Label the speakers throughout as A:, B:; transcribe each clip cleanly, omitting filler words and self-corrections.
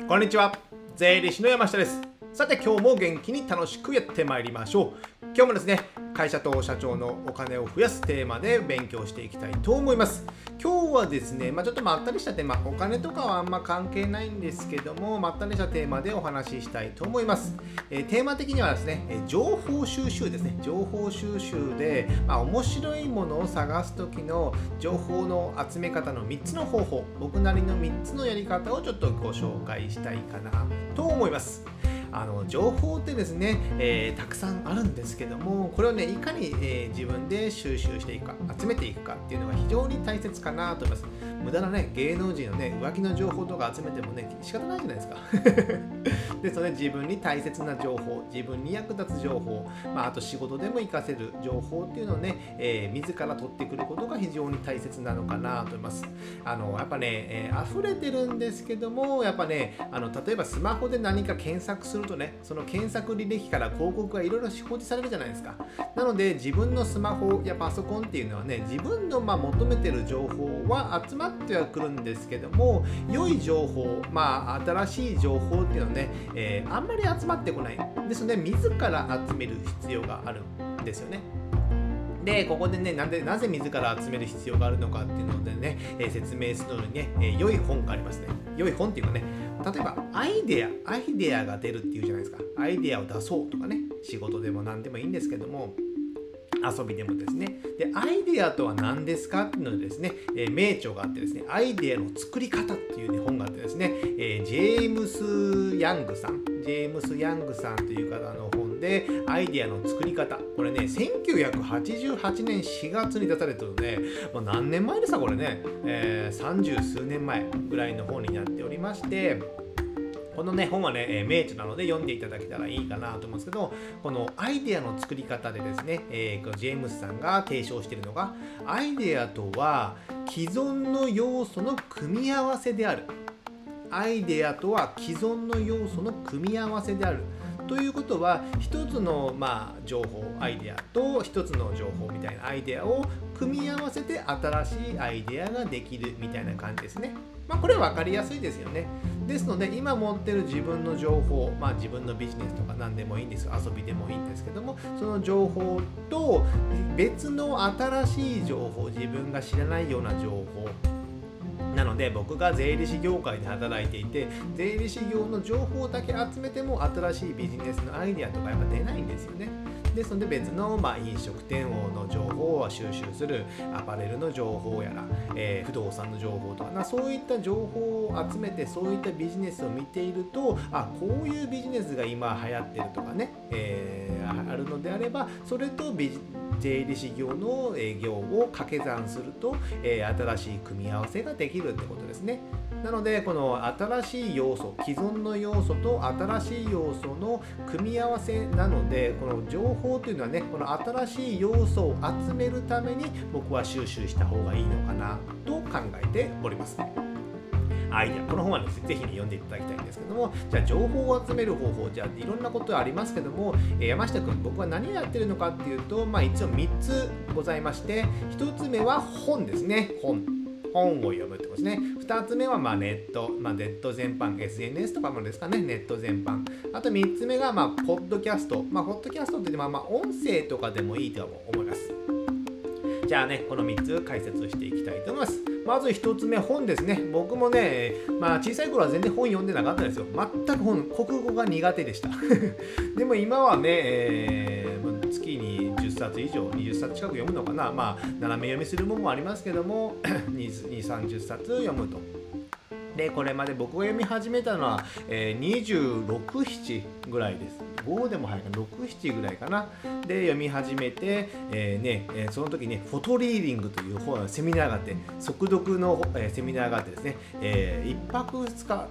A: こんにちは、税理士の山下です。さて今日も元気に楽しくやってまいりましょう。今日もですね、会社と社長のお金を増やすテーマで勉強していきたいと思います。今日はですね、ちょっとまったりしたテーマ、お金とかはあんま関係ないんですけども、まったりしたテーマでお話ししたいと思います。テーマ的にはですね、情報収集ですね。情報収集で、面白いものを探す時の情報の集め方の3つの方法、僕なりの3つのやり方をちょっとご紹介したいかなと思います。情報ってですね、たくさんあるんですけども、これをね、いかに、自分で収集していくか、集めていくかっていうのが非常に大切かなと思います。無駄なね、芸能人のね、浮気の情報とか集めてもね、仕方ないじゃないですか。ですので、自分に大切な情報、自分に役立つ情報、あと仕事でも活かせる情報っていうのをね、自ら取ってくることが非常に大切なのかなと思います。やっぱね、溢れてるんですけども、やっぱね、例えばスマホで何か検索するとね、その検索履歴から広告がいろいろ表示されるじゃないですか。なので自分のスマホやパソコンっていうのはね、自分の求めてる情報は集まってはくるんですけども、良い情報、新しい情報っていうのはね、あんまり集まってこない。ですので自ら集める必要があるんですよね。で、ここでね、なぜ自ら集める必要があるのかっていうのでね、説明するのにね、良い本がありますね。良い本っていうかね、例えばアイデアが出るっていうじゃないですか。アイデアを出そうとかね、仕事でも何でもいいんですけども、遊びでもですね。で、アイデアとは何ですかっていうのでですね、名著があってですね、アイデアの作り方っていう、ね、本があってですね、ジェームス・ヤングさんという方の本で、アイデアの作り方。これね、1988年4月に出されてるので、もう何年前ですかこれね、30数年前ぐらいの本になっておりまして、このね、本はね、名著なので読んでいただけたらいいかなと思うんですけど、このアイデアの作り方でですね、ジェームスさんが提唱しているのが、アイデアとは既存の要素の組み合わせである。アイデアとは既存の要素の組み合わせである。ということは、一つの情報、アイデアと一つの情報みたいなアイデアを組み合わせて新しいアイデアができるみたいな感じですね。これ分かりやすいですよね。ですので、今持ってる自分の情報、自分のビジネスとか何でもいいんです、遊びでもいいんですけども、その情報と別の新しい情報、自分が知らないような情報なので、僕が税理士業界で働いていて、税理士業の情報だけ集めても新しいビジネスのアイデアとかやっぱ出ないんですよね。ですので、別の飲食店の情報を収集する、アパレルの情報やら、不動産の情報とか、そういった情報を集めて、そういったビジネスを見ていると、こういうビジネスが今流行ってるとかね、あるのであれば、それと税理士業の業を掛け算すると、新しい組み合わせができるってことですね。なので、この新しい要素、既存の要素と新しい要素の組み合わせなので、この情報というのはね、この新しい要素を集めるために僕は収集した方がいいのかなと考えております。アイデア、この本はですね、ぜひ読んでいただきたいんですけども、じゃあ情報を集める方法、じゃあいろんなことありますけども、山下君、僕は何をやってるのかっていうと、一応3つございまして、1つ目は本ですね。本を読むってことですね。2つ目はネット全般、SNS とかもですかね、ネット全般。あと3つ目がポッドキャスト。ポッドキャストって音声とかでもいいと思います。じゃあね、この3つ解説していきたいと思います。まず1つ目、本ですね。僕もね、小さい頃は全然本読んでなかったんですよ。全く国語が苦手でした。でも今はね、月に10冊以上、20冊近く読むのかな。斜め読みするものもありますけども、20、30冊読むと。で、これまで僕が読み始めたのは、26、7ぐらいです。5でも早いかな、6、7ぐらいかな。で、読み始めて、その時ね、フォトリーディングというセミナーがあって、速読の、セミナーがあってですね、1泊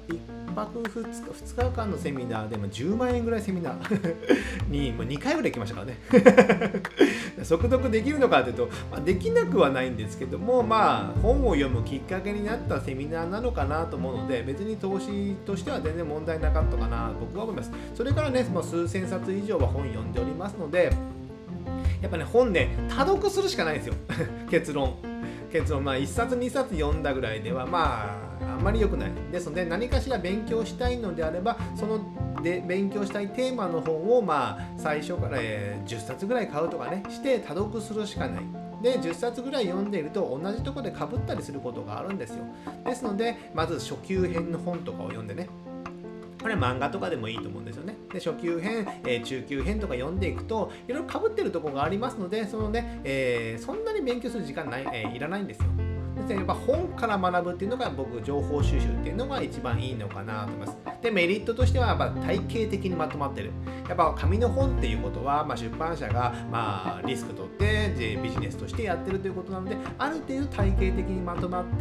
A: 2日間のセミナーでも10万円ぐらいセミナーにもう2回ぐらい行きましたからね。速読できるのかというと、できなくはないんですけども、本を読むきっかけになったセミナーなのかなと思うので、別に投資としては全然問題なかったかなと僕は思います。それからね、数千冊以上は本読んでおりますので、やっぱね、本ね、多読するしかないんですよ。結論。 結論1冊2冊読んだぐらいではあんまり良くないですので、何かしら勉強したいのであればその勉強したいテーマの本を最初から、10冊ぐらい買うとかねして多読するしかない。で10冊ぐらい読んでいると同じところでかぶったりすることがあるんですよ。ですのでまず初級編の本とかを読んでね、これ漫画とかでもいいと思うんですよね。で初級編、中級編とか読んでいくといろいろかぶってるところがありますので、そんなに勉強する時間いらないんですよ。やっぱ本から学ぶっていうのが僕情報収集っていうのが一番いいのかなと思います。でメリットとしてはやっぱ体系的にまとまってる。やっぱ紙の本っていうことは、出版社がリスク取ってビジネスとしてやってるということなので、ある程度体系的にまとまって、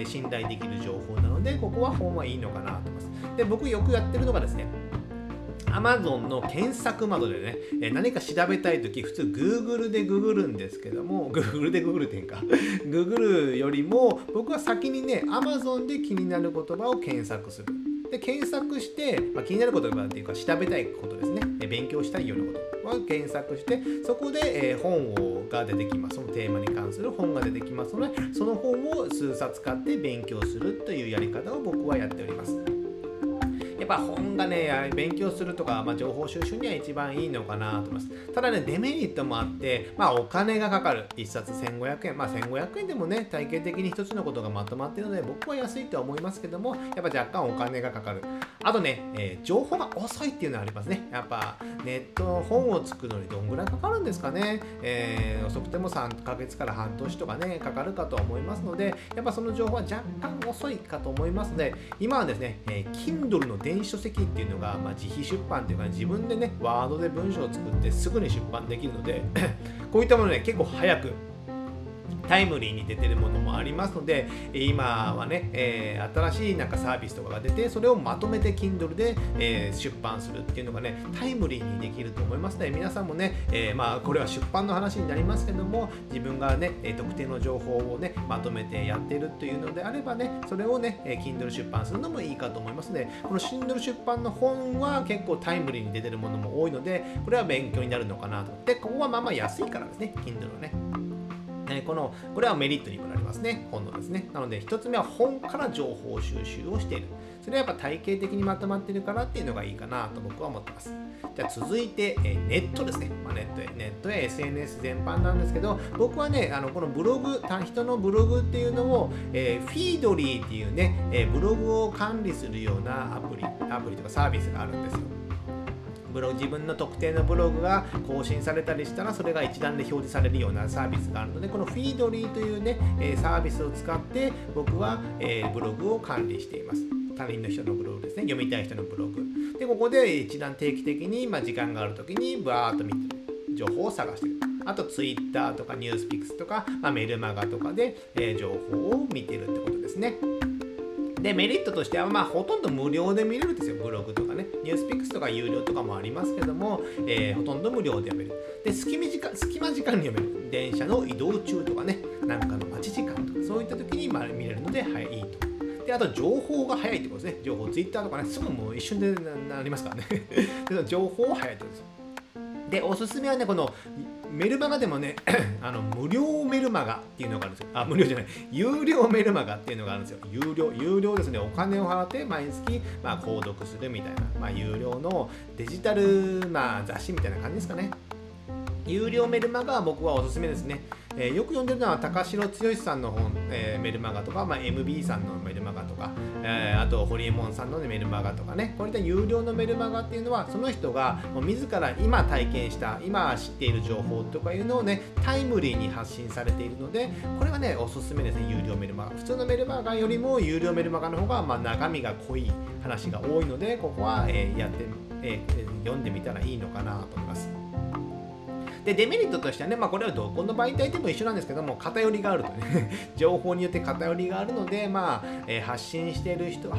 A: 信頼できる情報なので、ここは本はいいのかなと思います。で僕よくやってるのがですね、Amazon の検索窓でね、何か調べたいとき、普通 Google でググるんですけども、Google でググる点か。Google よりも、僕は先にね、Amazon で気になる言葉を検索する。で、検索して、気になる言葉っていうか、調べたいことですね。勉強したいようなことを検索して、そこで、本が出てきます。そのテーマに関する本が出てきますので、その本を数冊買って勉強するというやり方を僕はやっております。やっぱ本がね勉強するとか、情報収集には一番いいのかなと思います。ただねデメリットもあって、お金がかかる。1冊1500円、1500円でもね体系的に一つのことがまとまっているので僕は安いとは思いますけども、やっぱ若干お金がかかる。あとね、情報が遅いっていうのはありますね。やっぱネットの本を作るのにどんぐらいかかるんですかね。遅くても3ヶ月から半年とかねかかるかと思いますので、やっぱその情報は若干遅いかと思いますので、今はですね、Kindle の電子書籍っていうのが、自費出版っていうか、自分でねワードで文章を作ってすぐに出版できるのでこういったものね結構早くタイムリーに出てるものもありますので、今はね、新しいサービスとかが出て、それをまとめて Kindle で、出版するっていうのがねタイムリーにできると思いますので、皆さんもね、これは出版の話になりますけども、自分がね特定の情報をねまとめてやってるというのであればね、それをね Kindle 出版するのもいいかと思いますので、この Kindle 出版の本は結構タイムリーに出てるものも多いので、これは勉強になるのかなと。でここは安いからですね、 Kindle はね。これはメリットにもなりますね、本のですね。なので1つ目は本から情報収集をしている。それはやっぱ体系的にまとまっているからっていうのがいいかなと僕は思ってます。じゃあ続いてネットですね。ネットや SNS 全般なんですけど、僕はねこのブログ、人のブログっていうのを、フィードリーっていうね、ブログを管理するようなアプリとかサービスがあるんですよ。自分の特定のブログが更新されたりしたら、それが一覧で表示されるようなサービスがあるので、このフィードリーというねサービスを使って僕はブログを管理しています。他人の人のブログですね、読みたい人のブログで、ここで一覧定期的に時間がある時にバーッと見て情報を探している。あと Twitter とかニュースピックスとか、メルマガとかで、情報を見ているってことですね。でメリットとしてはほとんど無料で見れるんですよ。ブログとかね、ニュースピックスとか有料とかもありますけども、ほとんど無料で読める。で隙間時間に読める。電車の移動中とかね、なんかの待ち時間とか、そういった時に見れるので、いいと。であと情報が早いってことですね。情報 Twitter とかね、すぐもう一瞬でなりますからねで情報は早いってことですよ。でおすすめはね、このメルマガでもね無料メルマガっていうのがあるんですよ。無料じゃない、有料メルマガっていうのがあるんですよ。有料ですね。お金を払って毎月購読するみたいな、有料のデジタル雑誌みたいな感じですかね。有料メルマガは僕はおすすめですね。よく読んでるのは高城剛さんの本、メルマガとか、MB さんのメルマガとか、あとホリエモンさんのメルマガとかね、こういった有料のメルマガっていうのは、その人が自ら今体験した今知っている情報とかいうのをねタイムリーに発信されているので、これはねおすすめですね。有料メルマガ、普通のメルマガよりも有料メルマガの方が中身が濃い話が多いので、ここは、読んでみたらいいのかなと思います。でデメリットとしてはね、これはどこの媒体でも一緒なんですけども、偏りがあるとね情報によって偏りがあるので、配信している人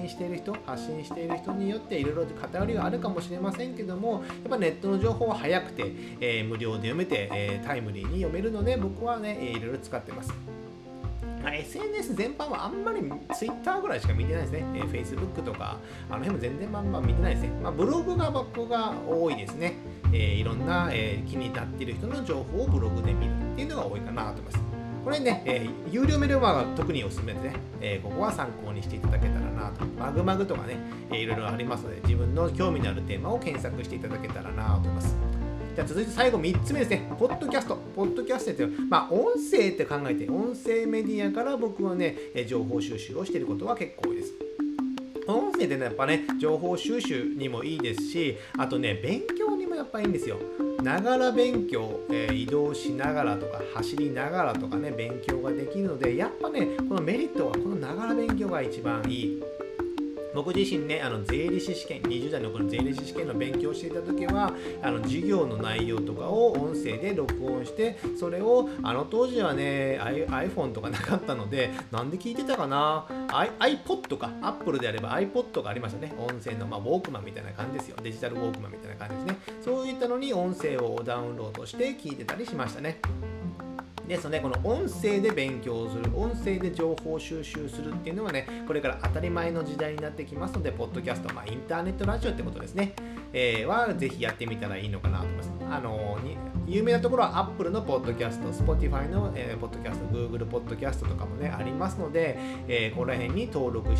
A: によっていろいろ偏りはあるかもしれませんけども、やっぱネットの情報は早くて、無料で読めて、タイムリーに読めるので、僕はねいろいろ使ってます。SNS 全般はあんまり Twitter ぐらいしか見てないですね。Facebook とかあの辺も全然見てないですね。ブログが僕が多いですね。いろんな、気になっている人の情報をブログで見るっていうのが多いかなと思います。 これね、有料メルマガが特におすすめですね。ここは参考にしていただけたらなと。マグマグとかね、いろいろありますので、自分の興味のあるテーマを検索していただけたらなと思います。じゃあ続いて最後3つ目ですね。ポッドキャスト。ポッドキャストって、音声って考えて、音声メディアから僕はね、情報収集をしていることは結構多いです。音声ってね、やっぱね、情報収集にもいいですし、あとね、勉強にもやっぱいいんですよ。ながら勉強、移動しながらとか走りながらとかね、勉強ができるので、やっぱね、このメリットはこのながら勉強が一番いい。僕自身ね、税理士試験、20代の頃税理士試験の勉強をしていた時は、授業の内容とかを音声で録音して、それを当時はね、iPhone とかなかったので、なんで聞いてたかな、iPod か、Apple であれば iPod がありましたね。音声の、ウォークマンみたいな感じですよ。デジタルウォークマンみたいな感じですね。そういったのに音声をダウンロードして聞いてたりしましたね。ですので、この音声で勉強する、音声で情報収集するっていうのはね、これから当たり前の時代になってきますので、ポッドキャスト、インターネットラジオってことですね、はぜひやってみたらいいのかなと思います。有名なところは Apple のポッドキャスト、Spotify の、ポッドキャスト、Google ポッドキャストとかもね、ありますので、ここら辺に登録して、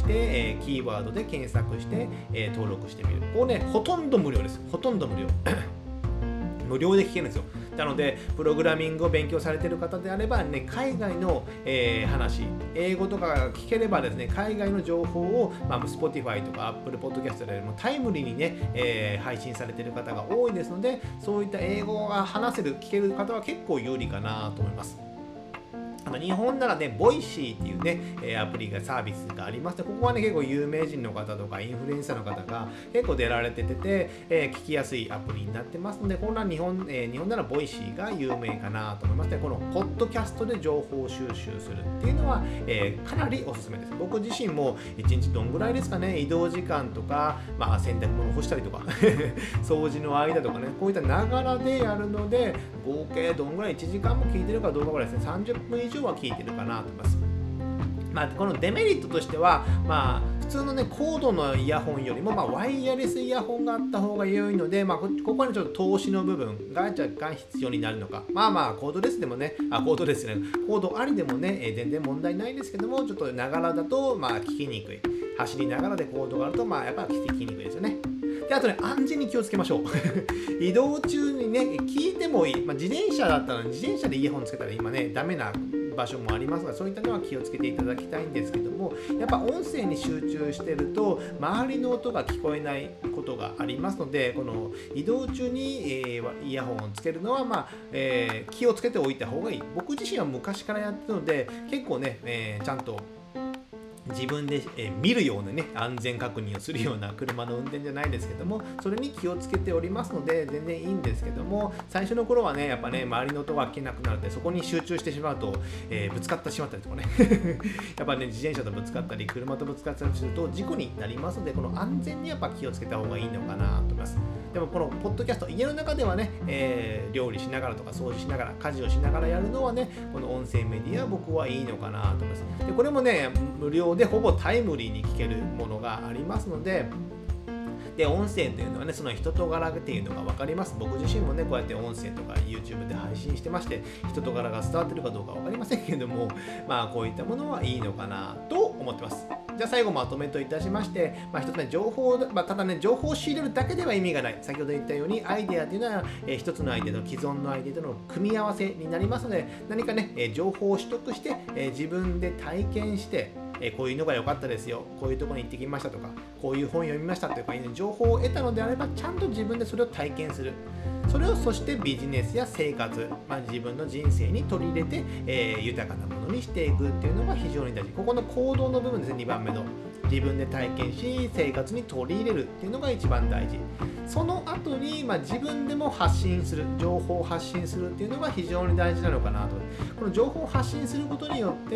A: キーワードで検索して、登録してみる。こうね、ほとんど無料です。ほとんど無料。無料で聞けるんですよ。なので、プログラミングを勉強されている方であれば、ね、海外の、話、英語とかが聞ければですね、海外の情報を、Spotify とか Apple Podcast でもタイムリーにね、配信されている方が多いですので、そういった英語が話せる、聞ける方は結構有利かなと思います。日本ならね、ボイシーっていうね、アプリがサービスがありまして、ここはね、結構有名人の方とかインフルエンサーの方が結構出られてて、聞きやすいアプリになってますので、こんな日本ならボイシーが有名かなと思いますね。このポッドキャストで情報収集するっていうのは、かなりおすすめです。僕自身も1日どんぐらいですかね、移動時間とか、洗濯物を干したりとか掃除の間とかね、こういったながらでやるので、合計どんぐらい1時間も聞いてるかどうかぐらいですね、30分以上は聞いてるかなと思います。このデメリットとしては、普通のね、コードのイヤホンよりも、ワイヤレスイヤホンがあった方が良いので、ここはね、ちょっと投資の部分が若干必要になるのか。コードレスでもね、コードありでもね、全然問題ないんですけども、ちょっとながらだと、聞きにくい。走りながらでコードがあると、やっぱり聞きにくいですよね。で、あとね、安全に気をつけましょう。移動中にね、聞いてもいい。自転車だったら、自転車でイヤホンつけたら今ね、ダメな場所もありますが、そういったのは気をつけていただきたいんですけども、やっぱ音声に集中してると周りの音が聞こえないことがありますので、この移動中に、イヤホンをつけるのは、気をつけておいた方がいい。僕自身は昔からやってるので、結構ね、ちゃんと自分で、見るようなね、安全確認をするような車の運転じゃないですけども、それに気をつけておりますので全然いいんですけども、最初の頃はね、やっぱね、周りの音が聞けなくなるので、そこに集中してしまうと、ぶつかってしまったりとかねやっぱね、自転車とぶつかったり車とぶつかったりすると事故になりますので、この安全にやっぱ気をつけた方がいいのかなと思います。でもこのポッドキャスト、家の中ではね、料理しながらとか掃除しながら家事をしながらやるのはね、この音声メディアは僕はいいのかなと思います。で、これもね、無料でほぼタイムリーに聞けるものがありますので、音声というのはね、その人と柄っていうのが分かります。僕自身もね、こうやって音声とか YouTube で配信してまして、人と柄が伝わってるかどうか分かりませんけれども、こういったものはいいのかなと思ってます。じゃあ最後まとめといたしまして、一つ目、情報、ただね、情報を仕入れるだけでは意味がない。先ほど言ったように、アイデアというのは、一つのアイデアと既存のアイデアとの組み合わせになりますので、何かね、情報を取得して、自分で体験して、こういうのが良かったですよ、こういうところに行ってきましたとか、こういう本読みましたとかいう情報を得たのであれば、ちゃんと自分でそれを体験する。それをそしてビジネスや生活、自分の人生に取り入れて、豊かなものにしていくっていうのが非常に大事。ここの行動の部分ですね、2番目の。自分で体験し、生活に取り入れるっていうのが一番大事。その後に、自分でも発信する、情報を発信するっていうのが非常に大事なのかなと。この情報を発信することによって、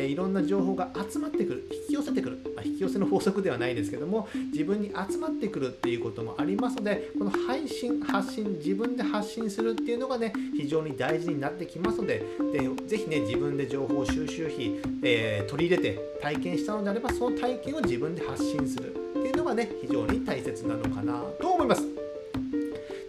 A: いろんな情報が集まってくる、引き寄せてくる、引き寄せの法則ではないですけども、自分に集まってくるっていうこともありますので、この配信、発信、自分で発信するっていうのがね、非常に大事になってきますので、ぜひね、自分で情報収集費、取り入れて体験したのであれば、その体験を自分で発信するっていうのがね、非常に大切なのかなと思います。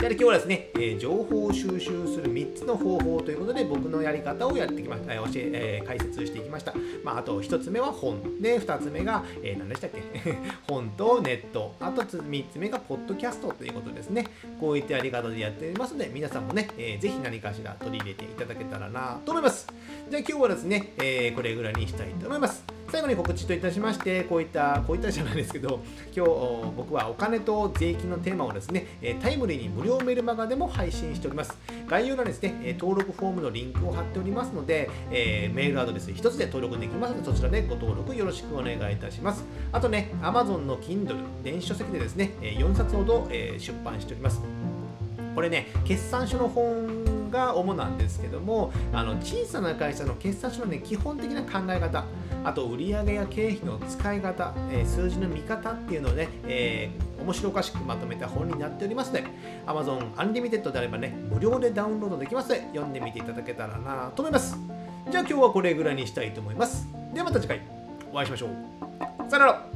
A: じゃあ今日はですね、情報を収集する3つの方法ということで僕のやり方をやってきました、解説していきました。あと1つ目は本で、2つ目が、何でしたっけ本とネット、あと3つ目がポッドキャストということですね。こういったやり方でやっておりますので、皆さんもね、ぜひ何かしら取り入れていただけたらなと思います。じゃあ今日はですね、これぐらいにしたいと思います。最後に告知といたしまして、こういったじゃないですけど、今日僕はお金と税金のテーマをですね、タイムリーに無料メルマガでも配信しております。概要欄にですね、登録フォームのリンクを貼っておりますので、メールアドレス1つで登録できますので、そちらでご登録よろしくお願いいたします。あとね、Amazon の Kindle 電子書籍でですね、4冊ほど出版しております。これね、決算書の本が主なんですけども、小さな会社の決算書のね、基本的な考え方、あと売上や経費の使い方、数字の見方っていうのをね、面白おかしくまとめた本になっておりますので、Amazon Unlimited であればね、無料でダウンロードできますので、読んでみていただけたらなと思います。じゃあ今日はこれぐらいにしたいと思います。ではまた次回お会いしましょう。さよなら。